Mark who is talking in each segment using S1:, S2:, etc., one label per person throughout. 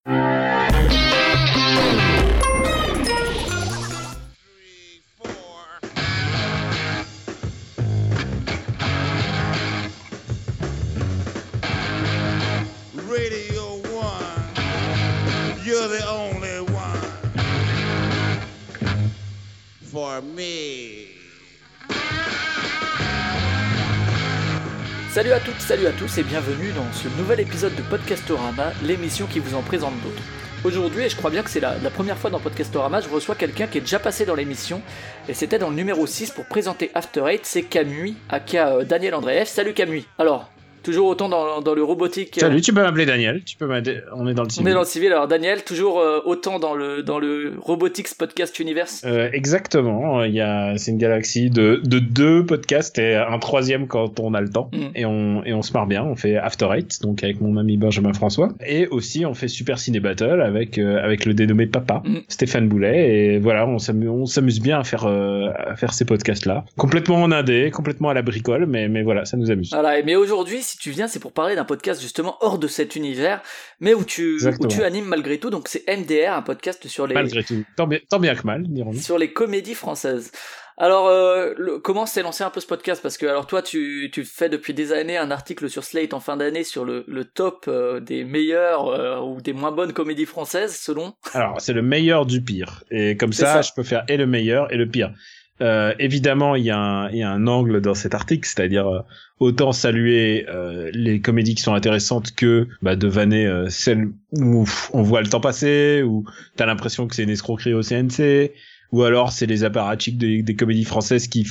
S1: Salut à toutes, salut à tous et bienvenue dans ce nouvel épisode de Podcastorama, l'émission qui vous en présente d'autres. Aujourd'hui, et je crois bien que c'est la première fois dans Podcastorama, je reçois quelqu'un qui est déjà passé dans l'émission, et c'était dans le numéro 6 pour présenter After Eight, c'est Camuy, aka Daniel Andreev. Salut Camuy. Alors, toujours autant dans le robotique.
S2: Salut, tu peux m'appeler Daniel, on est dans le civil.
S1: On est dans le civil, alors Daniel, toujours autant dans le Robotics Podcast Universe.
S2: Exactement, c'est une galaxie de deux podcasts et un troisième quand on a le temps. Et on se marre bien, on fait After Eight, donc avec mon ami Benjamin François. Et aussi on fait Super Ciné Battle avec le dénommé Papa, Stéphane Boulet. Et voilà, on s'amuse bien à faire ces podcasts-là. Complètement en indé, complètement à la bricole, mais voilà, ça nous amuse.
S1: Voilà, mais aujourd'hui, si tu viens, c'est pour parler d'un podcast justement hors de cet univers, mais où tu animes malgré tout. Donc c'est MDR, un podcast sur les...
S2: Malgré tout, tant bien que mal, dirons-nous.
S1: Sur les comédies françaises. Alors, comment s'est lancé un peu ce podcast ? Parce que alors toi, tu fais depuis des années un article sur Slate en fin d'année sur le top des meilleures ou des moins bonnes comédies françaises, selon...
S2: Alors, c'est le meilleur du pire. Et comme ça, je peux faire et le meilleur et le pire. Évidemment, il y a un angle dans cet article, c'est-à-dire autant saluer les comédies qui sont intéressantes que de vanner celles où on voit le temps passer, où t'as l'impression que c'est une escroquerie au CNC, ou alors c'est les apparatchiks des comédies françaises qui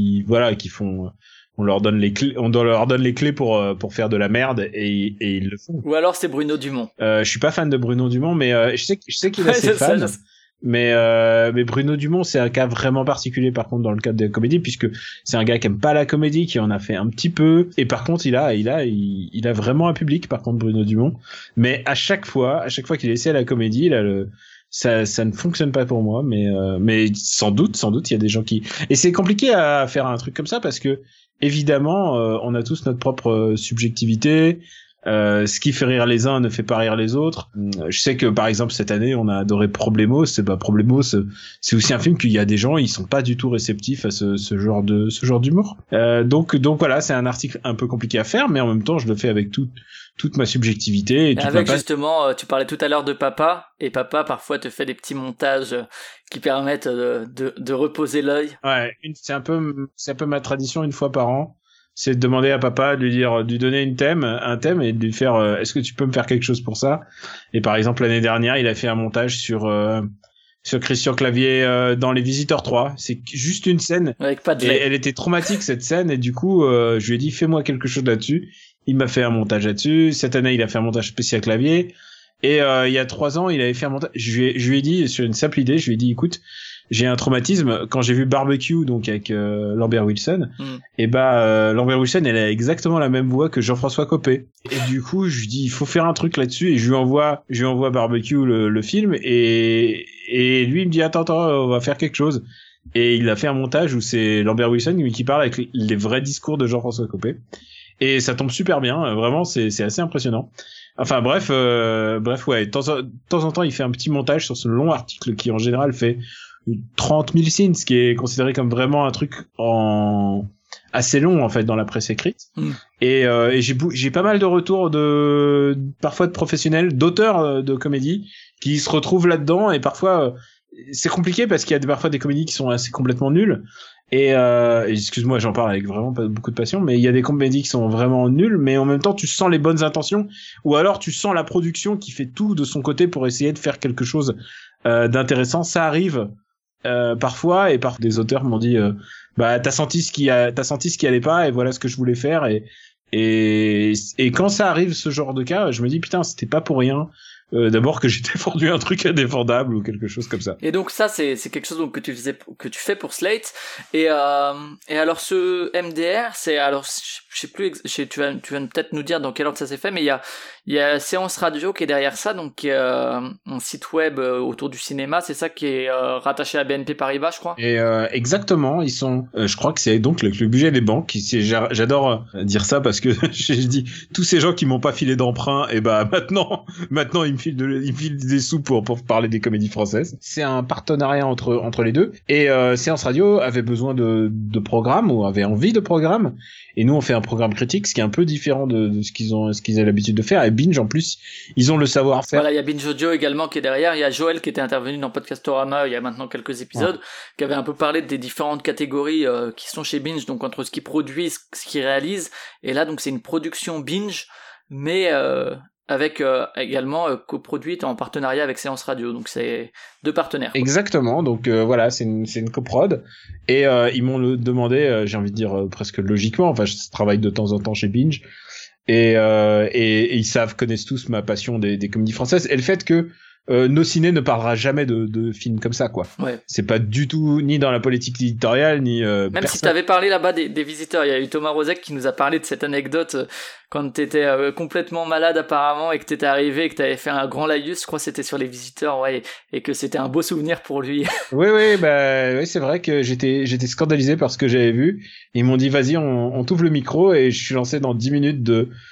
S2: font... On leur donne les clés pour faire de la merde et ils le font.
S1: Ou alors c'est Bruno Dumont.
S2: Je suis pas fan de Bruno Dumont, mais je sais qu'il a ses fans. Mais Bruno Dumont, c'est un cas vraiment particulier par contre dans le cadre des comédies, puisque c'est un gars qui aime pas la comédie, qui en a fait un petit peu, et par contre il a vraiment un public par contre Bruno Dumont. Mais à chaque fois qu'il essaie la comédie, ça ne fonctionne pas pour moi, mais sans doute il y a des gens qui... Et c'est compliqué à faire un truc comme ça parce que évidemment on a tous notre propre subjectivité. Ce qui fait rire les uns ne fait pas rire les autres. Je sais que par exemple cette année on a adoré Problemos. Problemos, c'est aussi un film qu'il y a des gens ils sont pas du tout réceptifs à ce genre d'humour. Donc voilà, c'est un article un peu compliqué à faire, mais en même temps je le fais avec toute ma subjectivité. Et
S1: avec justement, tu parlais tout à l'heure de Papa, et Papa parfois te fait des petits montages qui permettent de reposer l'œil.
S2: Ouais, c'est un peu ma tradition une fois par an. C'est de demander à Papa de lui donner un thème et de lui faire est-ce que tu peux me faire quelque chose pour ça. Et par exemple l'année dernière il a fait un montage sur Christian Clavier dans Les Visiteurs 3. C'est juste une scène
S1: avec pas de
S2: et elle était traumatique cette scène, et du coup je lui ai dit fais-moi quelque chose là-dessus. Il m'a fait un montage là-dessus. Cette année il a fait un montage spécial Clavier, et il y a 3 ans il avait fait un montage. Je lui ai dit sur une simple idée, je lui ai dit écoute, j'ai un traumatisme quand j'ai vu Barbecue, donc avec Lambert Wilson. Et Lambert Wilson, elle a exactement la même voix que Jean-François Copé. Et du coup, je lui dis il faut faire un truc là-dessus, et je lui envoie Barbecue le film, et lui il me dit attends, on va faire quelque chose. Et il a fait un montage où c'est Lambert Wilson qui parle avec les vrais discours de Jean-François Copé. Et ça tombe super bien, vraiment c'est assez impressionnant. Enfin bref ouais, de temps en temps il fait un petit montage sur ce long article qui en général fait 30 000 signes, ce qui est considéré comme vraiment un truc assez long en fait dans la presse écrite. Et j'ai pas mal de retours parfois de professionnels, d'auteurs de comédie qui se retrouvent là-dedans, et parfois c'est compliqué parce qu'il y a parfois des comédies qui sont assez complètement nulles. Et excuse-moi, j'en parle avec vraiment pas beaucoup de passion, mais il y a des comédies qui sont vraiment nulles, mais en même temps tu sens les bonnes intentions, ou alors tu sens la production qui fait tout de son côté pour essayer de faire quelque chose d'intéressant. Ça arrive parfois, et des auteurs m'ont dit t'as senti ce qui allait pas, et voilà ce que je voulais faire, et quand ça arrive ce genre de cas, je me dis putain, c'était pas pour rien d'abord que j'ai défendu un truc indéfendable ou quelque chose comme ça.
S1: Et donc ça c'est quelque chose donc que tu fais pour Slate, et alors ce MDR, c'est, alors je sais plus, tu vas peut-être nous dire dans quel ordre ça s'est fait, mais il y a Séance Radio qui est derrière ça, donc qui est un site web autour du cinéma, c'est ça, qui est rattaché à BNP Paribas, je crois.
S2: Et exactement, ils sont, je crois que c'est donc le budget des banques. J'adore dire ça parce que j'ai dit tous ces gens qui m'ont pas filé d'emprunt, et maintenant ils me il me file des sous pour parler des comédies françaises. C'est un partenariat entre les deux. Et Séance Radio avait besoin de programmes ou avait envie de programmes. Et nous, on fait un programme critique, ce qui est un peu différent de ce qu'ils avaient l'habitude de faire. Et Binge, en plus, ils ont le savoir-faire.
S1: Voilà, il y a Binge Audio également qui est derrière. Il y a Joël qui était intervenu dans Podcastorama il y a maintenant quelques épisodes, qui avait un peu parlé des différentes catégories qui sont chez Binge, donc entre ce qu'ils produisent, ce qu'ils réalisent. Et là, donc c'est une production Binge, mais avec également coproduite en partenariat avec Séance Radio. Donc c'est 2 partenaires.
S2: Exactement. Donc voilà, c'est une coprod. Et ils m'ont demandé, j'ai envie de dire presque logiquement. Enfin, je travaille de temps en temps chez Binge. Et ils connaissent tous ma passion des comédies françaises. Et le fait que Nos Ciné ne parlera jamais de films comme ça, quoi.
S1: Ouais.
S2: C'est pas du tout ni dans la politique éditoriale, ni
S1: même
S2: personne.
S1: si t'avais parlé là-bas des visiteurs, il y a eu Thomas Rozek qui nous a parlé de cette anecdote quand t'étais complètement malade apparemment et que t'étais arrivé et que t'avais fait un grand laïus, je crois que c'était sur les visiteurs, ouais, et que c'était un beau souvenir pour lui.
S2: Oui, c'est vrai que j'étais scandalisé par ce que j'avais vu. Ils m'ont dit vas-y, on t'ouvre le micro, et je suis lancé dans 10 minutes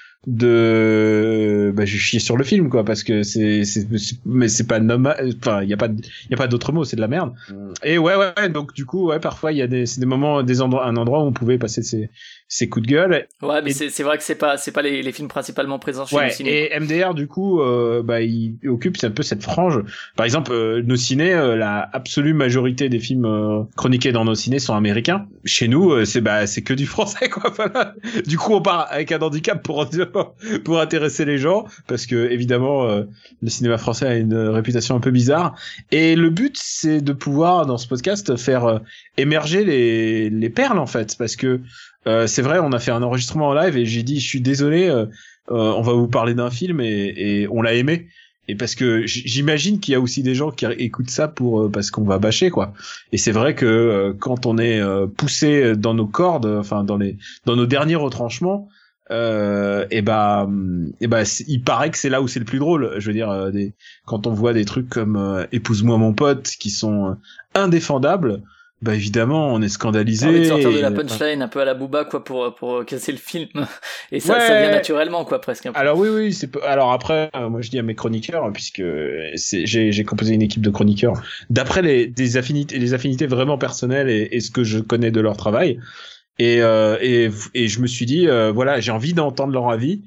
S2: je chier sur le film, quoi, parce que mais c'est pas normal, enfin il y a pas d'autre mot, c'est de la merde. Et ouais, donc du coup parfois c'est des moments, un endroit où on pouvait passer ses coups de gueule.
S1: Ouais, mais c'est vrai que c'est pas les films principalement présents chez Nos Ciné.
S2: Et MDR du coup il occupe un peu cette frange. Par exemple Nos Ciné, la absolue majorité des films chroniqués dans Nos Ciné sont américains. Chez nous c'est que du français, quoi. Voilà. Du coup on part avec un handicap pour intéresser les gens, parce que évidemment le cinéma français a une réputation un peu bizarre, et le but c'est de pouvoir dans ce podcast faire émerger les perles, en fait, parce que c'est vrai, on a fait un enregistrement en live et j'ai dit je suis désolé, on va vous parler d'un film et on l'a aimé. Et parce que j'imagine qu'il y a aussi des gens qui écoutent ça parce qu'on va bâcher, quoi. Et c'est vrai que quand on est poussé dans nos cordes, enfin dans nos derniers retranchements, il paraît que c'est là où c'est le plus drôle. Je veux dire, quand on voit des trucs comme Épouse-moi mon pote qui sont indéfendables, évidemment on est scandalisé.
S1: T'as envie de sortir de la punchline un peu à la Booba, quoi, pour casser le film. Et ça vient naturellement, quoi, presque un peu.
S2: Alors oui, alors après moi je dis à mes chroniqueurs, puisque j'ai composé une équipe de chroniqueurs d'après les affinités vraiment personnelles et ce que je connais de leur travail. Et je me suis dit voilà, j'ai envie d'entendre leur avis.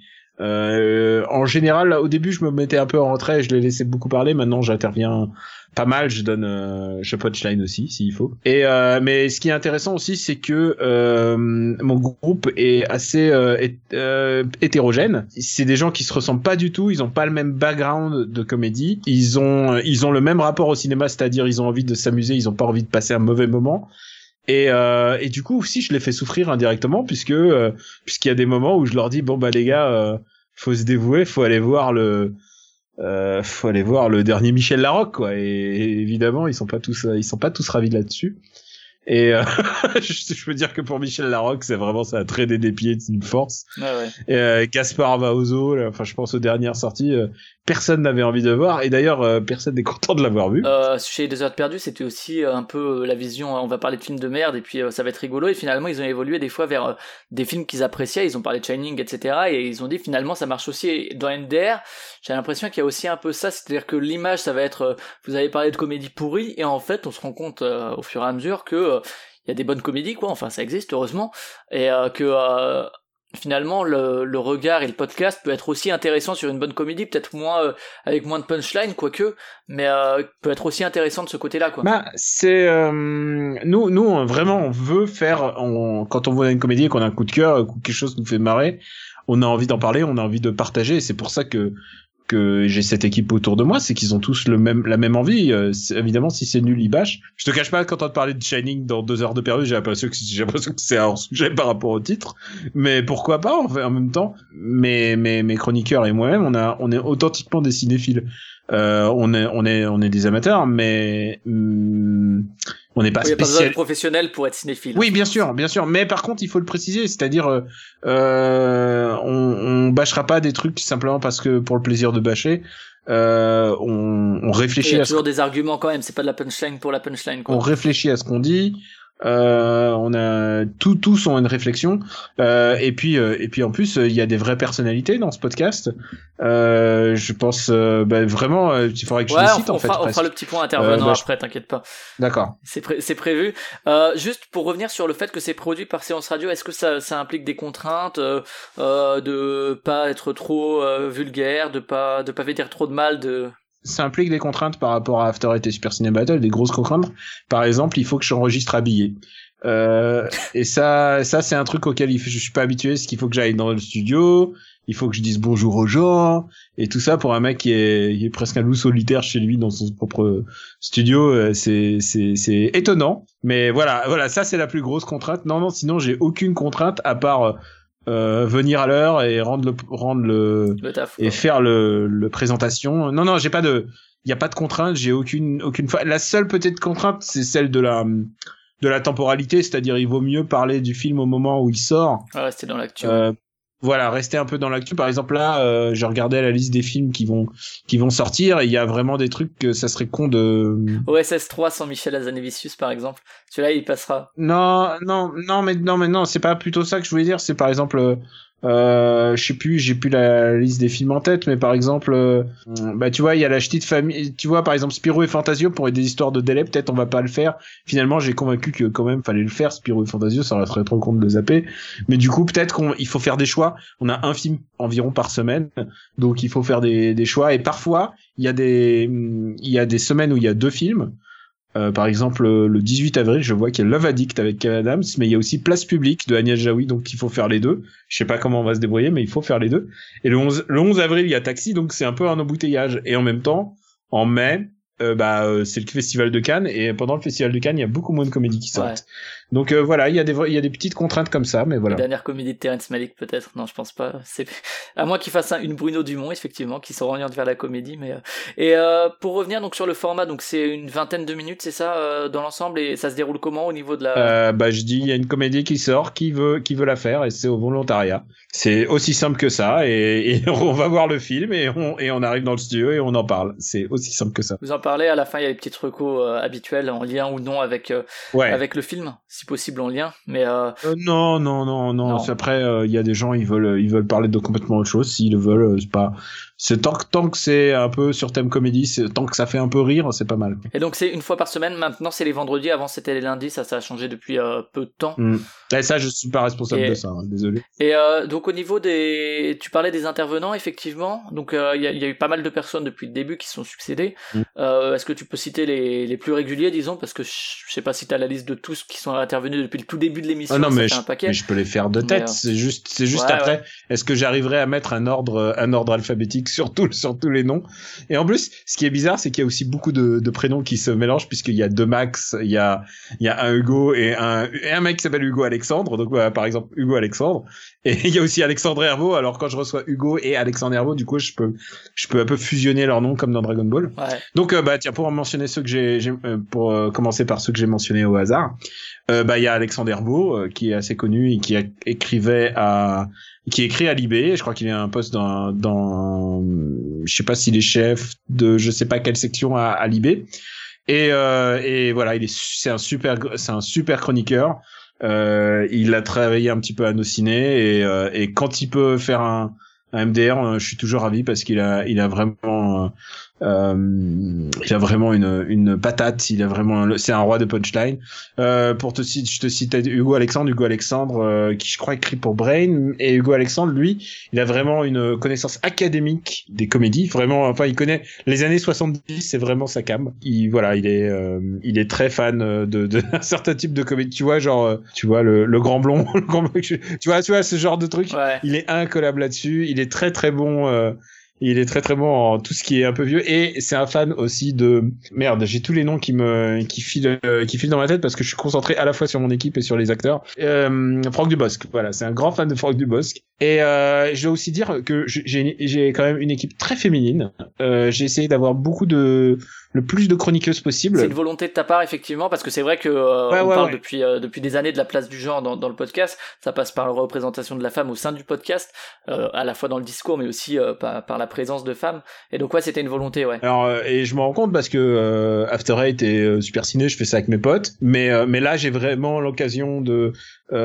S2: En général, au début, je me mettais un peu en retrait, je les laissais beaucoup parler. Maintenant, j'interviens pas mal, je punchline aussi s'il faut. Et mais ce qui est intéressant aussi, c'est que mon groupe est assez hétérogène. C'est des gens qui se ressemblent pas du tout, ils ont pas le même background de comédie. Ils ont le même rapport au cinéma, c'est-à-dire ils ont envie de s'amuser, ils ont pas envie de passer un mauvais moment. Et du coup aussi je les fais souffrir indirectement, puisqu'il y a des moments où je leur dis bon les gars, faut se dévouer, faut aller voir le dernier Michel Larocque, quoi. Et évidemment ils sont pas tous ravis là-dessus. Et je peux dire que pour Michel Larocque, c'est vraiment ça a traîné des pieds, c'est une force.
S1: Ouais.
S2: Et Gaspard Vaozo, enfin je pense aux dernières sorties, personne n'avait envie de voir, et d'ailleurs personne n'est content de l'avoir vu.
S1: Chez 2 heures perdues, c'était aussi un peu la vision, on va parler de films de merde et puis ça va être rigolo, et finalement ils ont évolué des fois vers des films qu'ils appréciaient, ils ont parlé de Shining, etc., et ils ont dit finalement ça marche aussi dans NDR. J'ai l'impression qu'il y a aussi un peu ça, c'est-à-dire que l'image ça va être vous avez parlé de comédie pourrie, et en fait on se rend compte au fur et à mesure que il y a des bonnes comédies, quoi, enfin ça existe heureusement, et que finalement le regard et le podcast peut être aussi intéressant sur une bonne comédie, peut-être moins avec moins de punchline, quoique, mais peut être aussi intéressant de ce côté-là, quoi.
S2: C'est nous vraiment on veut faire, quand on voit une comédie et qu'on a un coup de cœur, quelque chose nous fait marrer, on a envie d'en parler, on a envie de partager, et c'est pour ça que j'ai cette équipe autour de moi, c'est qu'ils ont tous la même envie. Évidemment, si c'est nul, ils bâchent. Je te cache pas, quand on te parlait de Shining dans 2 heures de perdu, j'ai l'impression que c'est un sujet par rapport au titre. Mais pourquoi pas, en fait, en même temps. Mais mes chroniqueurs et moi-même, on est authentiquement des cinéphiles. On est des amateurs, mais on n'est pas spécial. Il n'y a pas besoin
S1: de professionnel pour être cinéphile.
S2: Oui, bien sûr. Mais par contre, il faut le préciser, c'est-à-dire, on bâchera pas des trucs simplement parce que pour le plaisir de bâcher. On réfléchit.
S1: Il y a toujours des arguments quand même. C'est pas de la punchline pour la punchline, quoi.
S2: On réfléchit à ce qu'on dit. On a tous ont une réflexion. Et puis en plus, il y a des vraies personnalités dans ce podcast. Je pense vraiment, il faudrait que je les cite en fait.
S1: On fera le petit point intervenant après, t'inquiète pas.
S2: D'accord.
S1: C'est prévu. Juste pour revenir sur le fait que c'est produit par Séance Radio, est-ce que ça implique des contraintes de pas être trop vulgaire, de pas dire trop de mal de...
S2: Ça implique des contraintes par rapport à After Eight et Super Ciné Battle, des grosses contraintes. Par exemple, il faut que j'enregistre habillé. Et ça c'est un truc auquel je suis pas habitué, c'est qu'il faut que j'aille dans le studio, il faut que je dise bonjour aux gens, et tout ça pour un mec qui est presque un loup solitaire chez lui dans son propre studio, c'est étonnant. Mais voilà, ça c'est la plus grosse contrainte. Non, sinon j'ai aucune contrainte à part venir à l'heure et rendre le
S1: taf,
S2: et faire le présentation. Non, il y a pas de contrainte, j'ai aucune fois. La seule petite contrainte, c'est celle de la temporalité, c'est-à-dire il vaut mieux parler du film au moment où il sort.
S1: Ouais, rester dans l'actu.
S2: Voilà, rester un peu dans l'actu. Par exemple là, j'ai regardé la liste des films qui vont sortir, et il y a vraiment des trucs que ça serait con de...
S1: OSS 3 sans Michel Hazanavicius par exemple. Celui-là il passera.
S2: Non, c'est pas plutôt ça que je voulais dire. C'est par exemple... je sais plus, j'ai plus la liste des films en tête, mais par exemple, tu vois, il y a la Ch'tite famille, tu vois, par exemple, Spirou et Fantasio, pour des histoires de délai, peut-être on va pas le faire. Finalement, j'ai convaincu que quand même fallait le faire, Spirou et Fantasio, ça serait trop con de le zapper. Mais du coup, peut-être il faut faire des choix. On a un film environ par semaine, donc il faut faire des choix. Et parfois, il y a des semaines où il y a 2 films. Par exemple, le 18 avril, je vois qu'il y a Love Addict avec Kev Adams, mais il y a aussi Place Publique de Agnès Jaoui, donc il faut faire les deux. Je sais pas comment on va se débrouiller, mais il faut faire les deux. Et le 11 avril, il y a Taxi, donc c'est un peu un embouteillage. Et en même temps, en mai, c'est le festival de Cannes, et pendant le festival de Cannes, il y a beaucoup moins de comédies qui sortent. Ouais. Donc voilà, il y a des petites contraintes comme ça, mais voilà.
S1: La dernière comédie de Terrence Malick peut-être, non je pense pas. C'est à moins qu'il fasse une Bruno Dumont effectivement, qui s'oriente vers la comédie, mais et pour revenir donc sur le format, donc c'est une vingtaine de minutes, c'est ça dans l'ensemble, et ça se déroule comment au niveau de la...
S2: je dis il y a une comédie qui sort, qui veut la faire, et c'est au volontariat. C'est aussi simple que ça, et on va voir le film et on arrive dans le studio et on en parle. C'est aussi simple que ça.
S1: Vous en parlez, à la fin il y a les petites recos habituelles en lien ou non avec le film, si possible en lien, mais
S2: non. Après il y a des gens, ils veulent parler de complètement autre chose, s'ils le veulent, c'est tant que c'est un peu sur thème comédie, tant que ça fait un peu rire, c'est pas mal.
S1: Et donc c'est une fois par semaine, maintenant c'est les vendredis, avant c'était les lundis, ça a changé depuis peu de temps.
S2: Et ça je suis pas responsable de ça, hein, désolé.
S1: Et donc au niveau tu parlais des intervenants effectivement, donc il y a eu pas mal de personnes depuis le début qui se sont succédées. Est-ce que tu peux citer les plus réguliers, disons, parce que je sais pas si t'as la liste de tous qui sont intervenus depuis le tout début de l'émission.
S2: Non, mais je peux les faire de tête. C'est juste après. Ouais. Est-ce que j'arriverai à mettre un ordre alphabétique sur tous les noms? Et en plus, ce qui est bizarre, c'est qu'il y a aussi beaucoup de prénoms qui se mélangent, puisqu'il y a 2 Max, il y a un Hugo et un mec qui s'appelle Hugo Alexandre. Donc par exemple Hugo Alexandre. Et il y a aussi Alexandre Herbeau. Alors quand je reçois Hugo et Alexandre Herbeau, du coup je peux un peu fusionner leurs noms comme dans Dragon Ball.
S1: Ouais.
S2: Donc tiens, pour mentionner ceux que j'ai pour commencer par ceux que j'ai mentionnés au hasard. Il y a Alexandre Herbeau qui est assez connu et qui écrit à Libé. Je crois qu'il a un poste dans je sais pas s'il est chef de je sais pas quelle section à Libé. Et voilà, c'est un super chroniqueur. Il a travaillé un petit peu à Allociné, et quand il peut faire un MDR, je suis toujours ravi, parce qu'il a vraiment une patate, c'est un roi de punchline. Je te citais Hugo Alexandre, qui je crois écrit pour Brain, et Hugo Alexandre, lui, il a vraiment une connaissance académique des comédies, vraiment, enfin, il connaît les années 70, c'est vraiment sa came. Il est très fan de un certain type de comédie, tu vois, genre, tu vois, le grand blond, tu vois, ce genre de truc.
S1: Ouais.
S2: Il est incollable là-dessus, il est très très bon, il est très très bon en tout ce qui est un peu vieux, et c'est un fan aussi de... Merde, j'ai tous les noms qui filent dans ma tête, parce que je suis concentré à la fois sur mon équipe et sur les acteurs. Franck Dubosc, voilà, c'est un grand fan de Franck Dubosc. Et je dois aussi dire que j'ai quand même une équipe très féminine. J'ai essayé d'avoir le plus de chroniqueuses possible.
S1: C'est une volonté de ta part, effectivement, parce que c'est vrai que on parle depuis des années de la place du genre dans le podcast. Ça passe par la représentation de la femme au sein du podcast, à la fois dans le discours, mais aussi par la présence de femmes. Et donc ouais, c'était une volonté, ouais.
S2: Alors et je me rends compte parce que After Eight et Super Ciné, je fais ça avec mes potes, mais là j'ai vraiment l'occasion de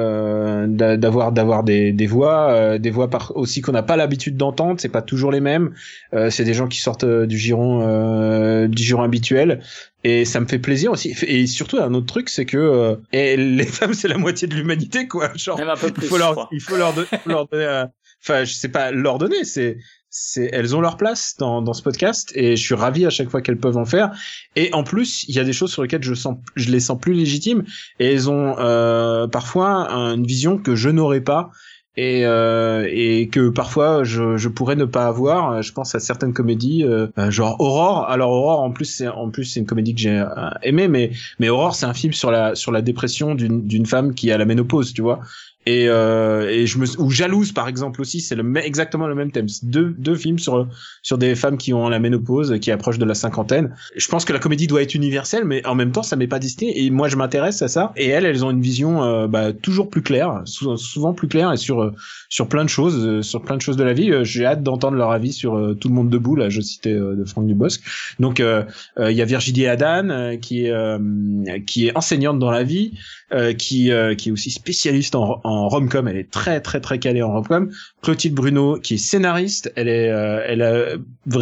S2: d'avoir des voix aussi qu'on n'a pas l'habitude d'entendre, c'est pas toujours les mêmes, c'est des gens qui sortent du giron habituel. Et ça me fait plaisir aussi. Et surtout, un autre truc, c'est que les femmes, c'est la moitié de l'humanité, quoi. Genre,
S1: même un peu plus,
S2: il faut leur donner. Enfin, je sais pas leur donner. Elles ont leur place dans ce podcast, et je suis ravi à chaque fois qu'elles peuvent en faire. Et en plus, il y a des choses sur lesquelles je les sens plus légitimes, et elles ont parfois une vision que je n'aurais pas. Et que parfois je pourrais ne pas avoir. Je pense à certaines comédies genre Aurore. Alors Aurore en plus c'est une comédie que j'ai aimée, mais Aurore c'est un film sur la dépression d'une femme qui est à la ménopause, tu vois. Et ou Jalouse par exemple aussi, c'est exactement le même thème. C'est deux films sur des femmes qui ont la ménopause, qui approchent de la cinquantaine. Je pense que la comédie doit être universelle, mais en même temps ça m'est pas destiné, et moi je m'intéresse à ça, et elles ont une vision toujours plus claire, souvent plus claire, et sur plein de choses de la vie. J'ai hâte d'entendre leur avis sur Tout le monde debout, là je citais de Franck Dubosc. Donc il y a Virginie Adan qui est enseignante dans la vie, qui est aussi spécialiste en rom-com. Elle est très très très calée en rom-com. Clotilde Bruno qui est scénariste, elle a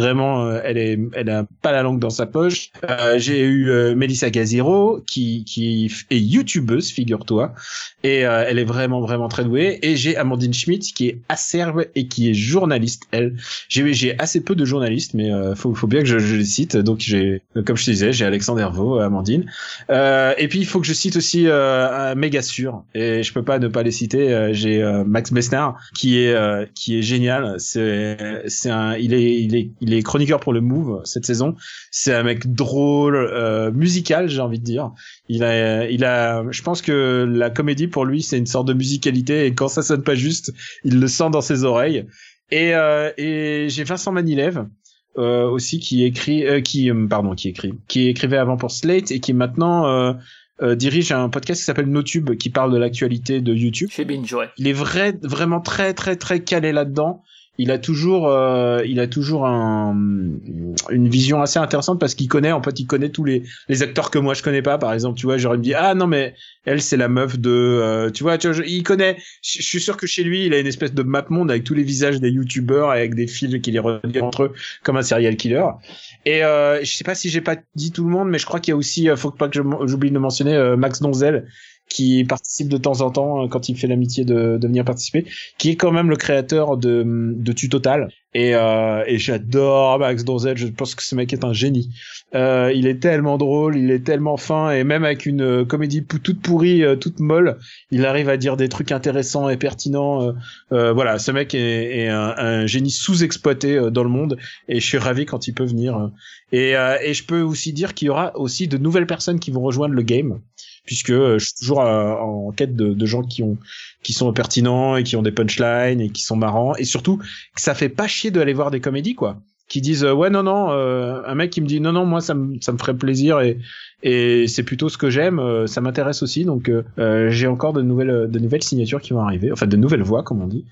S2: pas la langue dans sa poche. J'ai eu Mélissa Gaziro qui est youtubeuse, figure-toi, et elle est vraiment vraiment très douée. Et j'ai Amandine Schmidt qui est acerbe et qui est journaliste. J'ai assez peu de journalistes, mais faut bien que je les cite. Donc comme je te disais, j'ai Alexandre Hervaux, Amandine, et puis il faut que je cite aussi méga sûr, et je peux pas ne pas les citer. J'ai Max Besnard qui est génial. Il est chroniqueur pour le Move cette saison. C'est un mec drôle, musical, j'ai envie de dire. Je pense que la comédie pour lui c'est une sorte de musicalité, et quand ça sonne pas juste, il le sent dans ses oreilles. Et j'ai Vincent Manilève aussi qui écrivait avant pour Slate, et qui maintenant dirige un podcast qui s'appelle NoTube, qui parle de l'actualité de YouTube.
S1: Chez Binge, ouais.
S2: Il est vraiment très très très calé là-dedans. Il a toujours une vision assez intéressante, parce qu'il connaît tous les acteurs que moi je connais pas. Par exemple, tu vois, j'aurais me dit ah non mais elle c'est la meuf de tu vois, il connaît. Je suis sûr que chez lui il a une espèce de map monde avec tous les visages des youtubeurs, avec des fils qui les relient entre eux comme un serial killer. Et je sais pas si j'ai pas dit tout le monde, mais je crois qu'il y a aussi, faut pas que j'oublie de mentionner Max Donzel, qui participe de temps en temps quand il fait l'amitié de venir participer, qui est quand même le créateur de Tutotal. Et j'adore Max Donzel, je pense que ce mec est un génie. Il est tellement drôle, il est tellement fin, et même avec une comédie toute pourrie, toute molle, il arrive à dire des trucs intéressants et pertinents. Voilà, ce mec est un génie sous-exploité dans le monde, et je suis ravi quand il peut venir. Et je peux aussi dire qu'il y aura aussi de nouvelles personnes qui vont rejoindre le game, puisque je suis toujours en quête de gens qui sont pertinents et qui ont des punchlines et qui sont marrants, et surtout que ça fait pas chier d'aller voir des comédies, quoi, qui disent ouais non un mec qui me dit non moi ça me ferait plaisir, et c'est plutôt ce que j'aime, ça m'intéresse aussi. Donc j'ai encore de nouvelles signatures qui vont arriver, enfin de nouvelles voix comme on dit,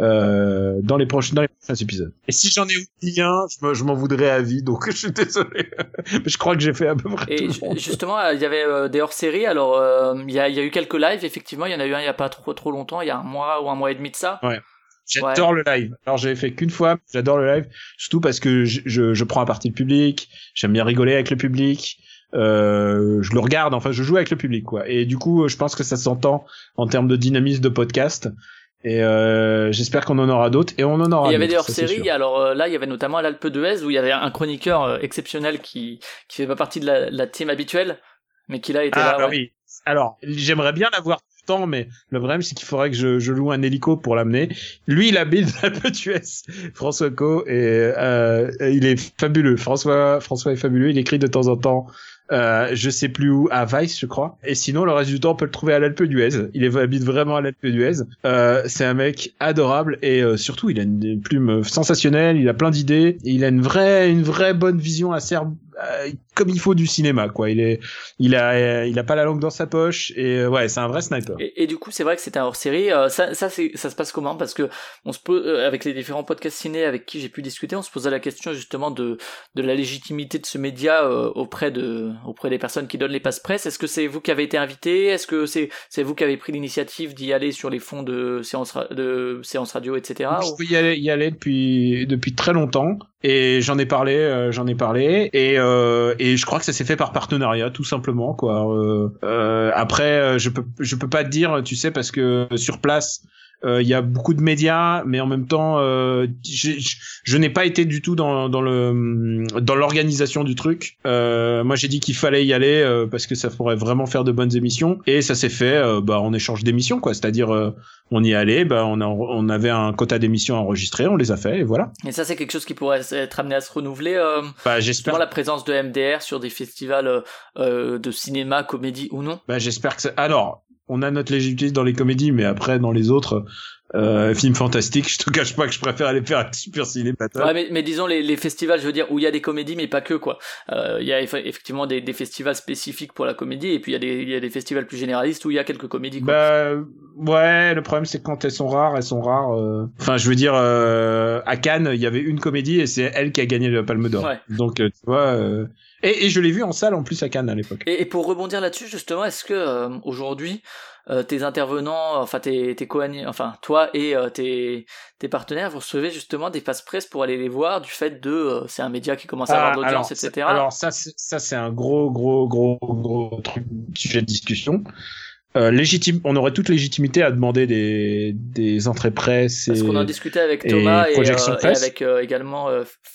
S2: dans les prochains épisodes. Et si j'en ai oublié un, je m'en voudrais à vie, donc je suis désolé. Mais je crois que j'ai fait à peu près tout le monde.
S1: Justement, il y avait des hors-séries. Alors il y a eu quelques lives, effectivement. Il y en a eu un il y a pas trop longtemps, il y a un mois ou un mois et demi de ça.
S2: Ouais. J'adore le live. Alors j'ai fait qu'une fois, j'adore le live, surtout parce que je prends à partie le public, j'aime bien rigoler avec le public, je le regarde, enfin je joue avec le public, quoi. Et du coup, je pense que ça s'entend en termes de dynamisme de podcast. Et j'espère qu'on en aura d'autres, et on en aura.
S1: Il y avait des hors-séries. Alors là, il y avait notamment l'Alpe d'Huez, où il y avait un chroniqueur exceptionnel qui fait pas partie de la team habituelle, mais qui là était là.
S2: Ah oui. Alors j'aimerais bien l'avoir temps, mais le problème c'est qu'il faudrait que je loue un hélico pour l'amener. Lui il habite dans l'Alpe d'Huez, François Co, et il est fabuleux. François est fabuleux, il écrit de temps en temps je sais plus où, à Vice je crois, et sinon le reste du temps on peut le trouver à l'Alpe d'Huez. Il habite vraiment à l'Alpe d'Huez. C'est un mec adorable, et surtout il a une plume sensationnelle, il a plein d'idées, et il a une vraie bonne vision comme il faut du cinéma, quoi. Il a pas la langue dans sa poche et ouais, c'est un vrai sniper.
S1: Et du coup, c'est vrai que c'était un hors-série. Ça se passe comment? Parce que on se pose, avec les différents podcasts ciné avec qui j'ai pu discuter, on se posait la question justement de la légitimité de ce média auprès des personnes qui donnent les passes presse. Est-ce que c'est vous qui avez été invité? Est-ce que c'est vous qui avez pris l'initiative d'y aller sur les fonds de séances radio, etc.
S2: Je peux y aller depuis très longtemps. Et j'en ai parlé, et je crois que ça s'est fait par partenariat, tout simplement, quoi. Après, je peux pas te dire, tu sais, parce que sur place, il y a beaucoup de médias, mais en même temps, je n'ai pas été du tout dans l'organisation du truc. Moi, j'ai dit qu'il fallait y aller parce que ça pourrait vraiment faire de bonnes émissions, et ça s'est fait en échange d'émissions, quoi. C'est-à-dire, on y allait, on avait un quota d'émissions enregistrées, on les a fait, et voilà.
S1: Et ça, c'est quelque chose qui pourrait être amené à se renouveler.
S2: J'espère.
S1: La présence de MDR sur des festivals de cinéma, comédie ou non.
S2: J'espère que alors. On a notre légitimité dans les comédies, mais après, dans les autres films fantastiques, je te cache pas que je préfère aller faire un Super Ciné Battle.
S1: Ouais, mais disons les festivals, je veux dire, où il y a des comédies, mais pas que, quoi. Il y a effectivement des festivals spécifiques pour la comédie, et puis il y a des festivals plus généralistes où il y a quelques comédies, quoi.
S2: Ouais, le problème, c'est que quand elles sont rares. Enfin, je veux dire, à Cannes, il y avait une comédie, et c'est elle qui a gagné le Palme d'Or.
S1: Ouais.
S2: Donc, tu vois... Et je l'ai vu en salle en plus à Cannes à l'époque.
S1: Et pour rebondir là-dessus, justement, est-ce que aujourd'hui tes intervenants, enfin tes toi et tes partenaires, vous recevez justement des passes presse pour aller les voir du fait de c'est un média qui commence à avoir de l'audience, etc.
S2: Alors ça c'est un gros truc, sujet de discussion. On aurait toute légitimité à demander des entrées presse
S1: parce qu'on en discutait avec Thomas et avec également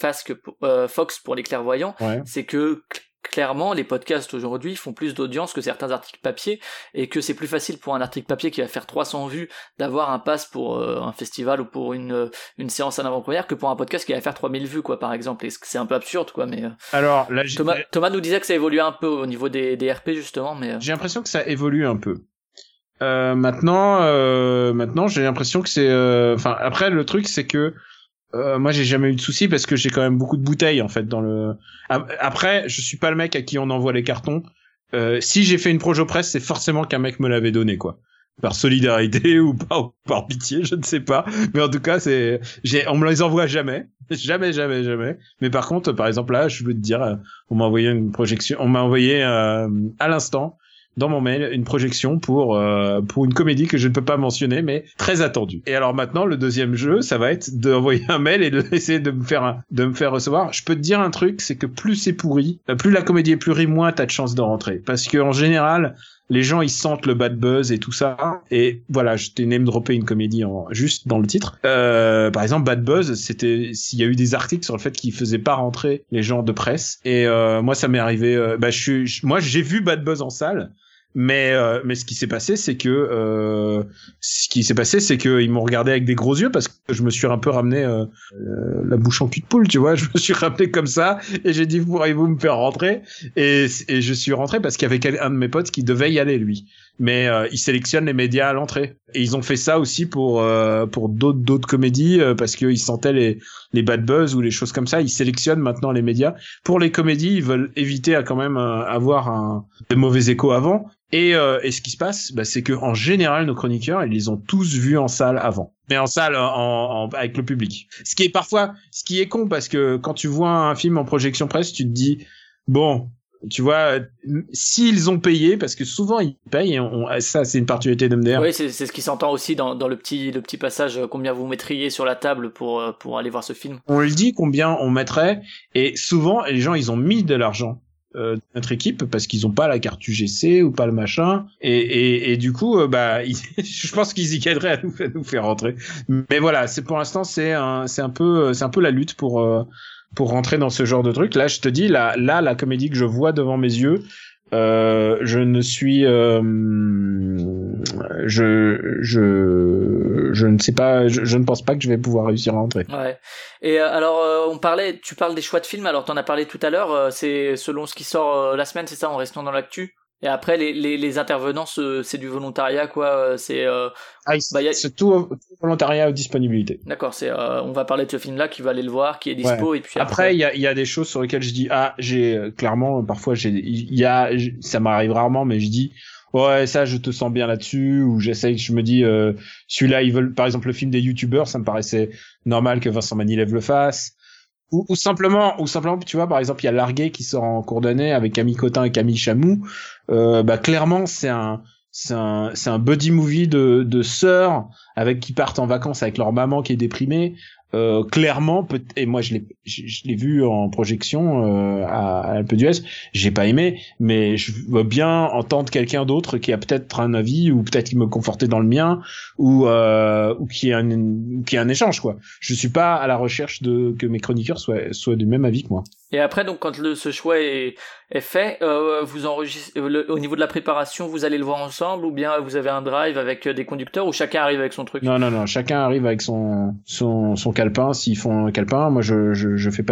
S1: Fox pour les clairvoyants.
S2: Ouais.
S1: C'est que clairement les podcasts aujourd'hui font plus d'audience que certains articles papier, et que c'est plus facile pour un article papier qui va faire 300 vues d'avoir un pass pour un festival ou pour une séance en avant-première que pour un podcast qui va faire 3000 vues, quoi, par exemple. Et c'est un peu absurde, quoi, mais
S2: alors là,
S1: Thomas nous disait que ça évoluait un peu au niveau des RP, justement, mais
S2: j'ai l'impression que ça évolue un peu. Maintenant j'ai l'impression que c'est après le truc c'est que moi j'ai jamais eu de soucis parce que j'ai quand même beaucoup de bouteilles en fait dans le. Après je suis pas le mec à qui on envoie les cartons. Si j'ai fait une projo presse, c'est forcément qu'un mec me l'avait donné, quoi. Par solidarité ou par pitié, je ne sais pas. Mais en tout cas, on me les envoie jamais. Jamais. Mais par contre, par exemple là, je veux te dire, on m'a envoyé une projection, on m'a envoyé à l'instant dans mon mail une projection pour une comédie que je ne peux pas mentionner, mais très attendue. Et alors maintenant, le deuxième jeu, ça va être d'envoyer un mail et d'essayer de me faire recevoir. Je peux te dire un truc, c'est que plus c'est pourri, plus la comédie est pourrie, moins t'as de chances de rentrer. Parce que en général, les gens ils sentent le bad buzz et tout ça. Et voilà, je t'ai name droppé une comédie juste dans le titre. Par exemple, Bad Buzz, s'il y a eu des articles sur le fait qu'ils faisaient pas rentrer les gens de presse. Et moi, ça m'est arrivé. Moi, j'ai vu Bad Buzz en salle. Mais ce qui s'est passé, c'est que ils m'ont regardé avec des gros yeux parce que je me suis un peu ramené la bouche en cul de poule, tu vois. Je me suis ramené comme ça et j'ai dit pourriez-vous me faire rentrer, et je suis rentré parce qu'il y avait un de mes potes qui devait y aller lui. Mais ils sélectionnent les médias à l'entrée, et ils ont fait ça aussi pour d'autres comédies parce qu'ils sentaient les bad buzz ou les choses comme ça. Ils sélectionnent maintenant les médias pour les comédies. Ils veulent éviter à quand même avoir des mauvais échos avant. Et ce qui se passe, c'est que en général nos chroniqueurs ils les ont tous vus en salle avant, mais en salle avec le public. Ce qui est con, parce que quand tu vois un film en projection presse, tu te dis bon, tu vois, s'ils ont payé, parce que souvent ils payent, et ça c'est une particularité d'MDR.
S1: Oui, c'est ce qui s'entend aussi dans le petit passage, combien vous mettriez sur la table pour aller voir ce film.
S2: On le dit combien on mettrait, et souvent les gens ils ont mis de l'argent. Notre équipe, parce qu'ils ont pas la carte UGC ou pas le machin, et du coup je pense qu'ils y gagneraient à nous faire rentrer. Mais voilà, pour l'instant c'est un peu la lutte pour rentrer dans ce genre de truc. Là je te dis, la comédie que je vois devant mes yeux, je ne suis je ne sais pas, je ne pense pas que je vais pouvoir réussir à rentrer.
S1: Ouais. Et alors tu parles des choix de films, alors t'en as parlé tout à l'heure, c'est selon ce qui sort la semaine, c'est ça, en restant dans l'actu? Et après, les intervenants, c'est du volontariat, quoi.
S2: C'est tout volontariat ou disponibilité.
S1: D'accord, on va parler de ce film-là, qui va aller le voir, qui est dispo,
S2: ouais.
S1: et puis
S2: après, il y a des choses sur lesquelles je dis, clairement, parfois, ça m'arrive rarement, mais je dis, ouais, ça, je te sens bien là-dessus, ou je me dis, celui-là, par exemple, le film des youtubeurs, ça me paraissait normal que Vincent Manilève le fasse. Ou simplement, tu vois, par exemple, il y a Largué qui sort en cours d'année avec Camille Cotin et Camille Chamou. Clairement, c'est un buddy movie de sœurs qui partent en vacances avec leur maman qui est déprimée. Clairement, et moi je l'ai vu en projection à Alpe d'Huez, j'ai pas aimé, mais je veux bien entendre quelqu'un d'autre qui a peut-être un avis, ou peut-être qui me conforter dans le mien, ou qui a un échange, quoi. Je suis pas à la recherche que mes chroniqueurs soient du même avis que moi.
S1: Et après, donc, quand ce choix est fait, vous enregistrez au niveau de la préparation, vous allez le voir ensemble, ou bien vous avez un drive avec des conducteurs, ou chacun arrive avec son truc?
S2: Non, chacun arrive avec son calepin. S'ils font un calepin, moi je fais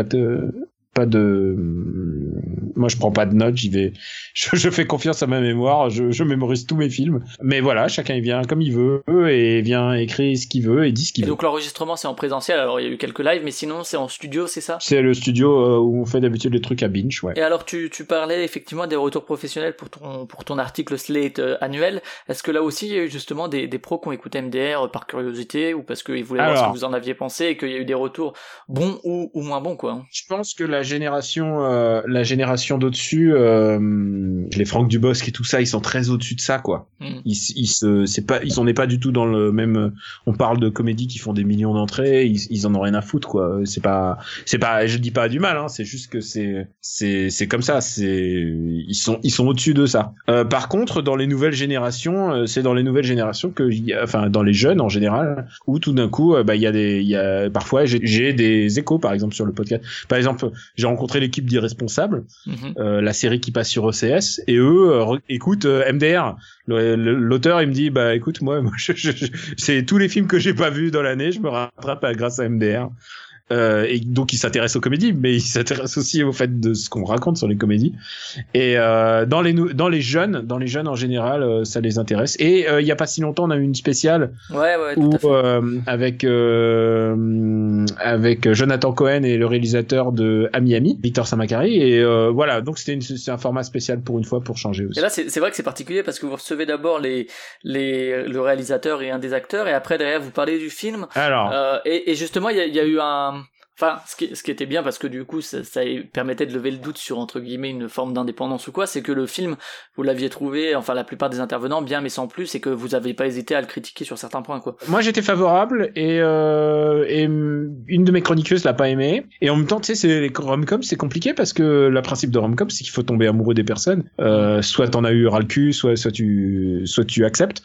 S2: moi je prends pas de notes, je fais confiance à ma mémoire, je mémorise tous mes films, mais voilà, chacun il vient comme il veut et vient écrire ce qu'il veut et dit ce qu'il veut.
S1: Donc l'enregistrement c'est en présentiel, alors il y a eu quelques lives, mais sinon c'est en studio, c'est ça?
S2: C'est le studio où on fait d'habitude les trucs à Binge, ouais.
S1: Et alors tu parlais effectivement des retours professionnels pour ton article Slate annuel. Est-ce que là aussi il y a eu justement des pros qui ont écouté MDR par curiosité, ou parce qu'ils voulaient voir ce que vous en aviez pensé, et qu'il y a eu des retours bons ou moins bons, quoi?
S2: Je pense que la génération d'au-dessus, les Franck Dubosc et tout ça, ils sont très au-dessus de ça, quoi. Ils en est pas du tout dans le même. On parle de comédies qui font des millions d'entrées, ils en ont rien à foutre, quoi. C'est pas. Je dis pas du mal, hein. C'est juste que c'est comme ça. Ils sont au-dessus de ça. Par contre, dans les nouvelles générations, dans les jeunes en général, où tout d'un coup, parfois j'ai des échos, par exemple, sur le podcast. Par exemple, j'ai rencontré l'équipe d'Irresponsables, la série qui passe sur OCS, et eux écoutent MDR. L'auteur, il me dit, écoute, moi c'est tous les films que j'ai pas vus dans l'année, je me rattrape grâce à MDR. Et donc il s'intéresse aux comédies, mais il s'intéresse aussi au fait de ce qu'on raconte sur les comédies. Et dans les jeunes en général, ça les intéresse. Et il y a pas si longtemps, on a eu une spéciale avec Jonathan Cohen et le réalisateur de Ami, Victor Saint-Macary. Et voilà, donc c'est un format spécial pour une fois, pour changer aussi.
S1: Et là, c'est vrai que c'est particulier parce que vous recevez d'abord le réalisateur et un des acteurs, et après derrière vous parlez du film.
S2: Alors,
S1: et justement il y a eu ce qui était bien, parce que du coup ça permettait de lever le doute sur, entre guillemets, une forme d'indépendance ou quoi, c'est que le film, vous l'aviez trouvé, enfin la plupart des intervenants, bien mais sans plus, et que vous avez pas hésité à le critiquer sur certains points, quoi.
S2: Moi j'étais favorable, et une de mes chroniqueuses l'a pas aimé, et en même temps, tu sais, les rom-coms c'est compliqué, parce que le principe de rom-com c'est qu'il faut tomber amoureux des personnes, soit t'en as eu ras le cul, soit tu acceptes.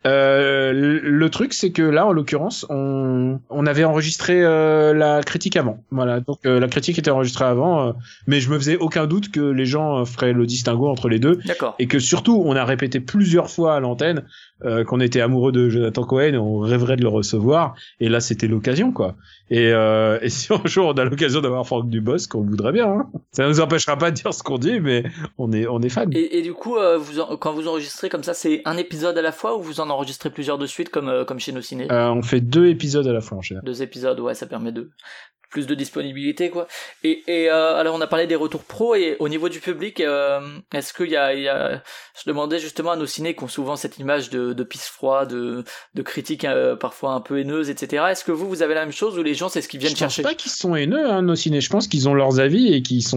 S2: Le truc c'est que là, en l'occurrence, on avait enregistré la critique avant. Voilà, donc la critique était enregistrée avant, mais je me faisais aucun doute que les gens feraient le distinguo entre les deux.
S1: D'accord.
S2: Et que surtout, on a répété plusieurs fois à l'antenne qu'on était amoureux de Jonathan Cohen, et on rêverait de le recevoir. Et là, c'était l'occasion, quoi. Et si un jour on a l'occasion d'avoir Franck Dubosc, on voudrait bien, hein. Ça nous empêchera pas de dire ce qu'on dit, mais on est fan.
S1: Et du coup, quand vous enregistrez comme ça, c'est un épisode à la fois, ou vous en enregistrez plusieurs de suite, comme chez Nos Ciné?
S2: On fait 2 épisodes à la fois en général.
S1: 2 épisodes, ouais, ça permet plus de disponibilité, quoi. Et alors on a parlé des retours pro, et au niveau du public, est-ce qu'il y a je demandais justement à Nos Ciné, qui ont souvent cette image de pisse froid, de critiques parfois un peu haineuses, etc. Est-ce que vous avez la même chose, ou les gens c'est ce qu'ils viennent chercher?
S2: Je pense pas qu'ils sont haineux, hein, Nos Ciné. Je pense qu'ils ont leurs avis et qu'ils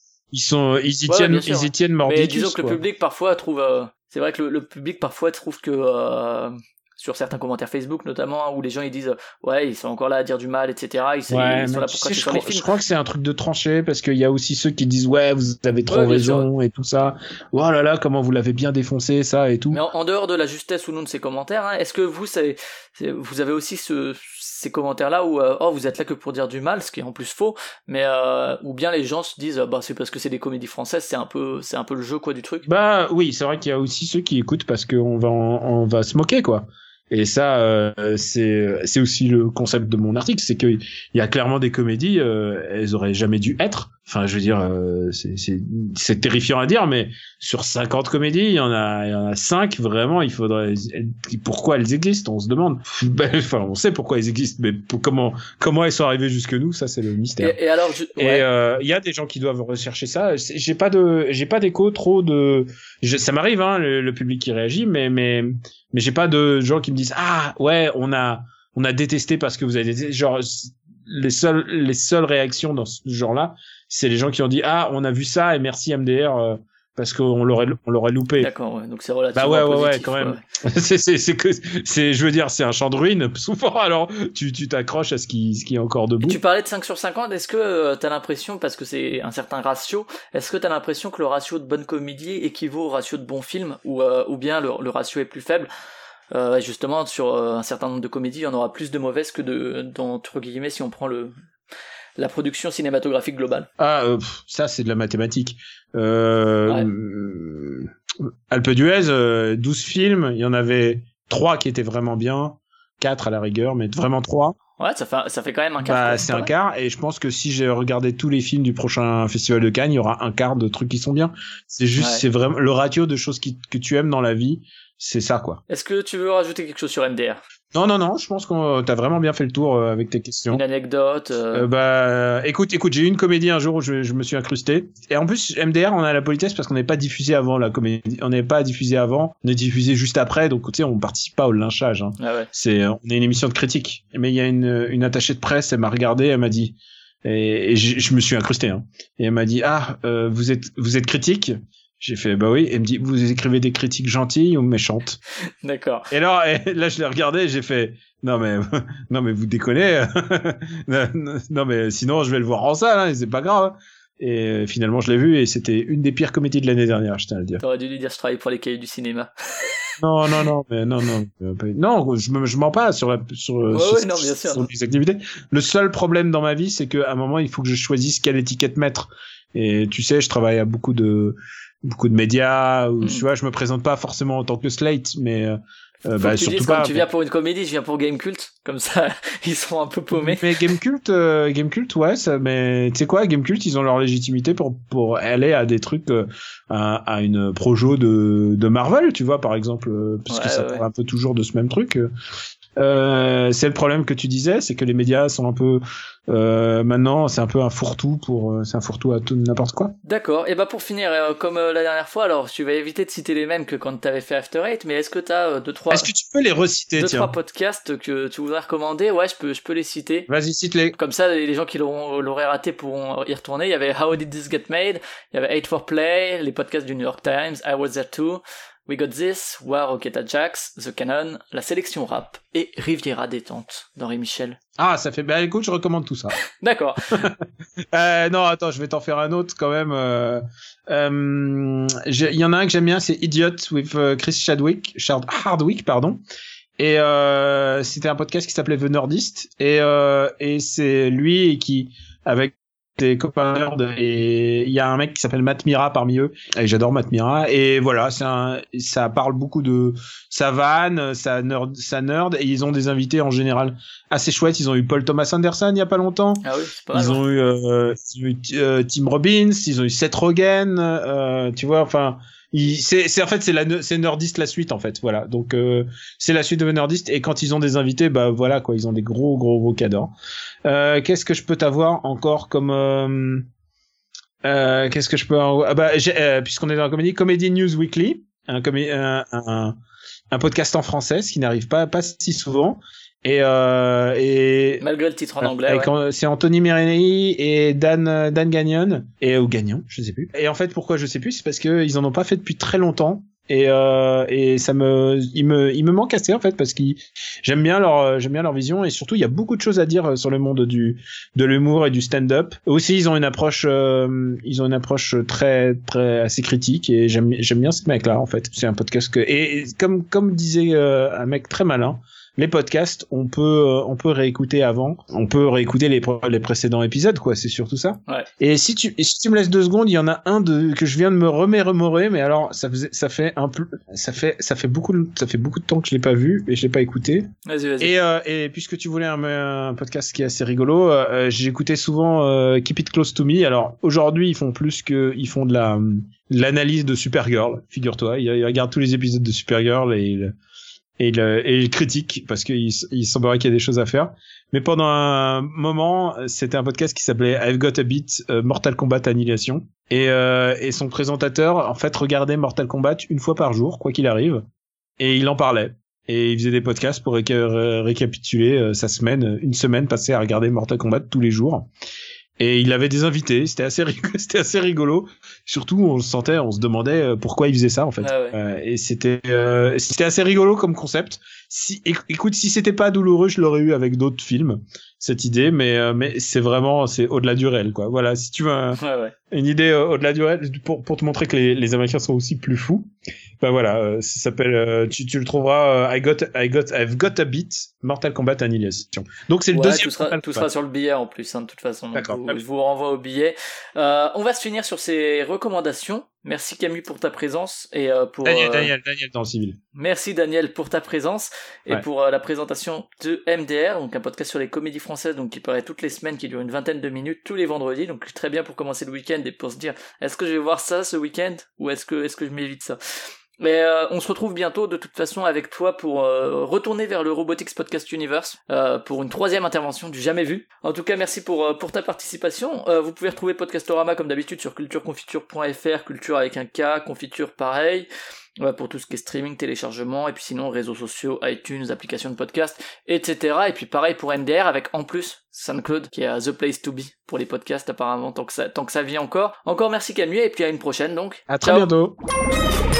S2: y tiennent mordicus.
S1: Mais disons que le public parfois trouve, c'est vrai que le public parfois trouve que sur certains commentaires Facebook notamment, où les gens ils disent ouais, ils sont encore là à dire du mal, etc. Ils sont là pour cracher sur les films.
S2: Je crois que c'est un truc de tranché, parce qu'il y a aussi ceux qui disent ouais, vous avez trop raison et tout ça. Oh là là, comment vous l'avez bien défoncé, ça et tout.
S1: Mais en dehors de la justesse ou non de ces commentaires, hein, est-ce que vous avez aussi ces commentaires-là où vous êtes là que pour dire du mal, ce qui est en plus faux, mais ou bien les gens se disent c'est parce que c'est des comédies françaises, c'est un peu le jeu, quoi, du truc.
S2: Oui, c'est vrai qu'il y a aussi ceux qui écoutent parce qu'on va se moquer, quoi. Et ça, c'est aussi le concept de mon article, c'est qu'il y a clairement des comédies, elles auraient jamais dû être. enfin, je veux dire, c'est terrifiant à dire, mais sur 50 comédies, il y en a 5, vraiment, il faudrait, pourquoi elles existent, on se demande. Enfin, on sait pourquoi elles existent, mais comment elles sont arrivées jusque nous, ça, c'est le mystère.
S1: Et alors,
S2: il y a des gens qui doivent rechercher ça. J'ai pas d'écho trop de, ça m'arrive, hein, le public qui réagit, mais j'ai pas de gens qui me disent, ah, ouais, on a détesté parce que vous avez détesté, genre, les seules réactions dans ce genre-là, c'est les gens qui ont dit, ah, on a vu ça et merci MDR, parce qu'on l'aurait loupé.
S1: D'accord, ouais. Donc c'est relativement
S2: bah ouais,
S1: positif,
S2: quand même.
S1: Ouais.
S2: Je veux dire, c'est un champ de ruines, souvent, alors tu t'accroches à ce qui est encore debout.
S1: Et tu parlais de 5 sur 50, est-ce que t'as l'impression, parce que c'est un certain ratio, est-ce que t'as l'impression que le ratio de bonne comédie équivaut au ratio de bons films, ou bien le ratio est plus faible? Justement, sur un certain nombre de comédies, il y en aura plus de mauvaises que entre guillemets, si on prend la production cinématographique globale.
S2: Ça, c'est de la mathématique.
S1: Ouais.
S2: Alpe d'Huez, 12 films, il y en avait 3 qui étaient vraiment bien, 4 à la rigueur, mais vraiment 3.
S1: Ouais, ça fait quand même un quart.
S2: C'est un quart, et je pense que si j'ai regardé tous les films du prochain Festival de Cannes, il y aura un quart de trucs qui sont bien. C'est juste, c'est vraiment le ratio de choses que tu aimes dans la vie. C'est ça, quoi.
S1: Est-ce que tu veux rajouter quelque chose sur MDR?
S2: Non, je pense que t'as vraiment bien fait le tour avec tes questions.
S1: Une anecdote
S2: Écoute, j'ai eu une comédie un jour où je me suis incrusté. Et en plus, MDR, on a la politesse parce qu'on n'est pas diffusé avant la comédie. On n'est pas diffusé avant, on est diffusé juste après, donc tu sais, on participe pas au lynchage. Hein.
S1: Ah ouais.
S2: On est une émission de critique. Mais il y a une attachée de presse, elle m'a regardé, elle m'a dit, et je me suis incrusté, hein. Et elle m'a dit, vous êtes critique? J'ai fait, bah oui. Elle me dit, vous écrivez des critiques gentilles ou méchantes?
S1: D'accord.
S2: Et là, je l'ai regardé et j'ai fait, non mais vous déconnez. Non mais sinon, je vais le voir en salle, hein, et c'est pas grave. Et finalement, je l'ai vu et c'était une des pires comédies de l'année dernière, je tiens à le dire.
S1: T'aurais dû lui dire, je travaille pour les cahiers du cinéma.
S2: Non, je mens pas sur les activités. Le seul problème dans ma vie, c'est qu'à un moment, il faut que je choisisse quelle étiquette mettre. Et tu sais, je travaille à beaucoup de médias, où, tu vois, je me présente pas forcément en tant que Slate, mais surtout pas.
S1: Tu viens pour une comédie, je viens pour Game Cult, comme ça, ils sont un peu paumés.
S2: Mais Game Cult, ouais, ça, mais tu sais quoi, Game Cult, ils ont leur légitimité pour aller à des trucs, à une projo de Marvel, tu vois, par exemple, parce que ça parle un peu toujours de ce même truc. C'est le problème que tu disais, c'est que les médias sont un peu maintenant, c'est un peu un fourre-tout c'est un fourre-tout à tout n'importe quoi.
S1: D'accord. Et pour finir, comme la dernière fois, alors tu vas éviter de citer les mêmes que quand t'avais fait After Eight, mais est-ce que t'as
S2: Est-ce que tu peux les reciter, tiens?
S1: 2-3 podcasts que tu voudrais recommander? Ouais, je peux les citer.
S2: Vas-y, cite-les.
S1: Comme ça, les gens qui l'auraient raté pourront y retourner. Il y avait How Did This Get Made? Il y avait 8 for Play, les podcasts du New York Times, I Was There Too, We Got This, War Rocketa Jacks, The Canon, La Sélection Rap et Riviera Détente d'Henri Michel.
S2: Ah, ça fait... écoute, je recommande tout ça.
S1: D'accord.
S2: Non, attends, je vais t'en faire un autre quand même. Il y en a un que j'aime bien, c'est Idiot with Chris Hardwick, pardon. Et c'était un podcast qui s'appelait The Nerdist. Et c'est lui qui, avec des copains nerds, et il y a un mec qui s'appelle Matt Mira parmi eux, et j'adore Matt Mira, et voilà, ça parle beaucoup de sa vanne, sa nerd, et ils ont des invités en général assez chouettes. Ils ont eu Paul Thomas Anderson il y a pas longtemps.
S1: Ah oui, c'est pas mal.
S2: Ils ont eu Tim Robbins, ils ont eu Seth Rogen, tu vois, enfin, c'est Nerdist la suite en fait, voilà. Donc c'est la suite de Nerdist, et quand ils ont des invités, bah voilà quoi, ils ont des gros cadors. Qu'est-ce que je peux t'avoir encore comme qu'est-ce que je peux puisqu'on est dans la comédie, Comedy News Weekly, un podcast en français, ce qui n'arrive pas si souvent. Et
S1: malgré le titre en anglais,
S2: c'est Anthony Mereni et Dan Gagnon, ou Gagnon, je sais plus. Et en fait, pourquoi je sais plus, c'est parce que ils en ont pas fait depuis très longtemps, et il me manque assez en fait, parce que j'aime bien leur vision, et surtout il y a beaucoup de choses à dire sur le monde de l'humour et du stand-up. Aussi, ils ont une approche très très assez critique, et j'aime bien ce mec là en fait. C'est un podcast et comme disait un mec très malin, les podcasts, on peut réécouter avant, on peut réécouter les précédents épisodes, quoi. C'est surtout ça.
S1: Ouais.
S2: Et si tu me laisses 2 secondes, il y en a un que je viens de me remémorer, mais alors ça fait beaucoup de temps que je l'ai pas vu et je l'ai pas écouté.
S1: Vas-y.
S2: Et puisque tu voulais un podcast qui est assez rigolo, j'écoutais souvent Keep It Close to Me. Alors aujourd'hui, ils font de l'analyse de Supergirl, figure-toi. Ils regardent tous les épisodes de Supergirl et ils critiquent parce qu'il semblerait qu'il y a des choses à faire. Mais pendant un moment, c'était un podcast qui s'appelait I've Got a Beat Mortal Kombat Annihilation. Et son présentateur, en fait, regardait Mortal Kombat une fois par jour, quoi qu'il arrive. Et il en parlait. Et il faisait des podcasts pour récapituler sa semaine, une semaine passée à regarder Mortal Kombat tous les jours. Et il avait des invités, c'était assez rigolo. Surtout, on se demandait pourquoi il faisait ça en fait.
S1: Ah ouais.
S2: Et c'était assez rigolo comme concept. Écoute, si c'était pas douloureux, je l'aurais eu avec d'autres films cette idée, mais c'est au-delà du réel quoi. Voilà, si tu veux une idée au-delà du réel pour te montrer que les Américains sont aussi plus fous. Ben voilà, ça s'appelle tu le trouveras I've got a beat Mortal Kombat Annihilation. Donc c'est le deuxième.
S1: Tout sera sur le billet en plus de toute façon.
S2: D'accord.
S1: Je vous renvoie au billet. On va se finir sur ces recommandations. Merci Camille pour ta présence et pour
S2: Daniel dans le civil.
S1: Merci Daniel pour ta présence et pour la présentation de MDR, donc un podcast sur les comédies françaises, donc qui paraît toutes les semaines, qui dure une vingtaine de minutes tous les vendredis, donc très bien pour commencer le week-end et pour se dire est-ce que je vais voir ça ce week-end ou est-ce que je m'évite ça. Mais on se retrouve bientôt de toute façon avec toi pour retourner vers le Robotics Podcast Universe pour une 3e intervention du jamais vu. En tout cas, merci pour ta participation. Vous pouvez retrouver Podcastorama comme d'habitude sur cultureconfiture.fr, culture avec un K, confiture pareil, pour tout ce qui est streaming, téléchargement, et puis sinon réseaux sociaux, iTunes, applications de podcast, etc. Et puis pareil pour MDR avec en plus SoundCloud qui est The Place to Be pour les podcasts apparemment tant que ça vit encore. Encore merci Camille et puis à une prochaine donc.
S2: À très bientôt.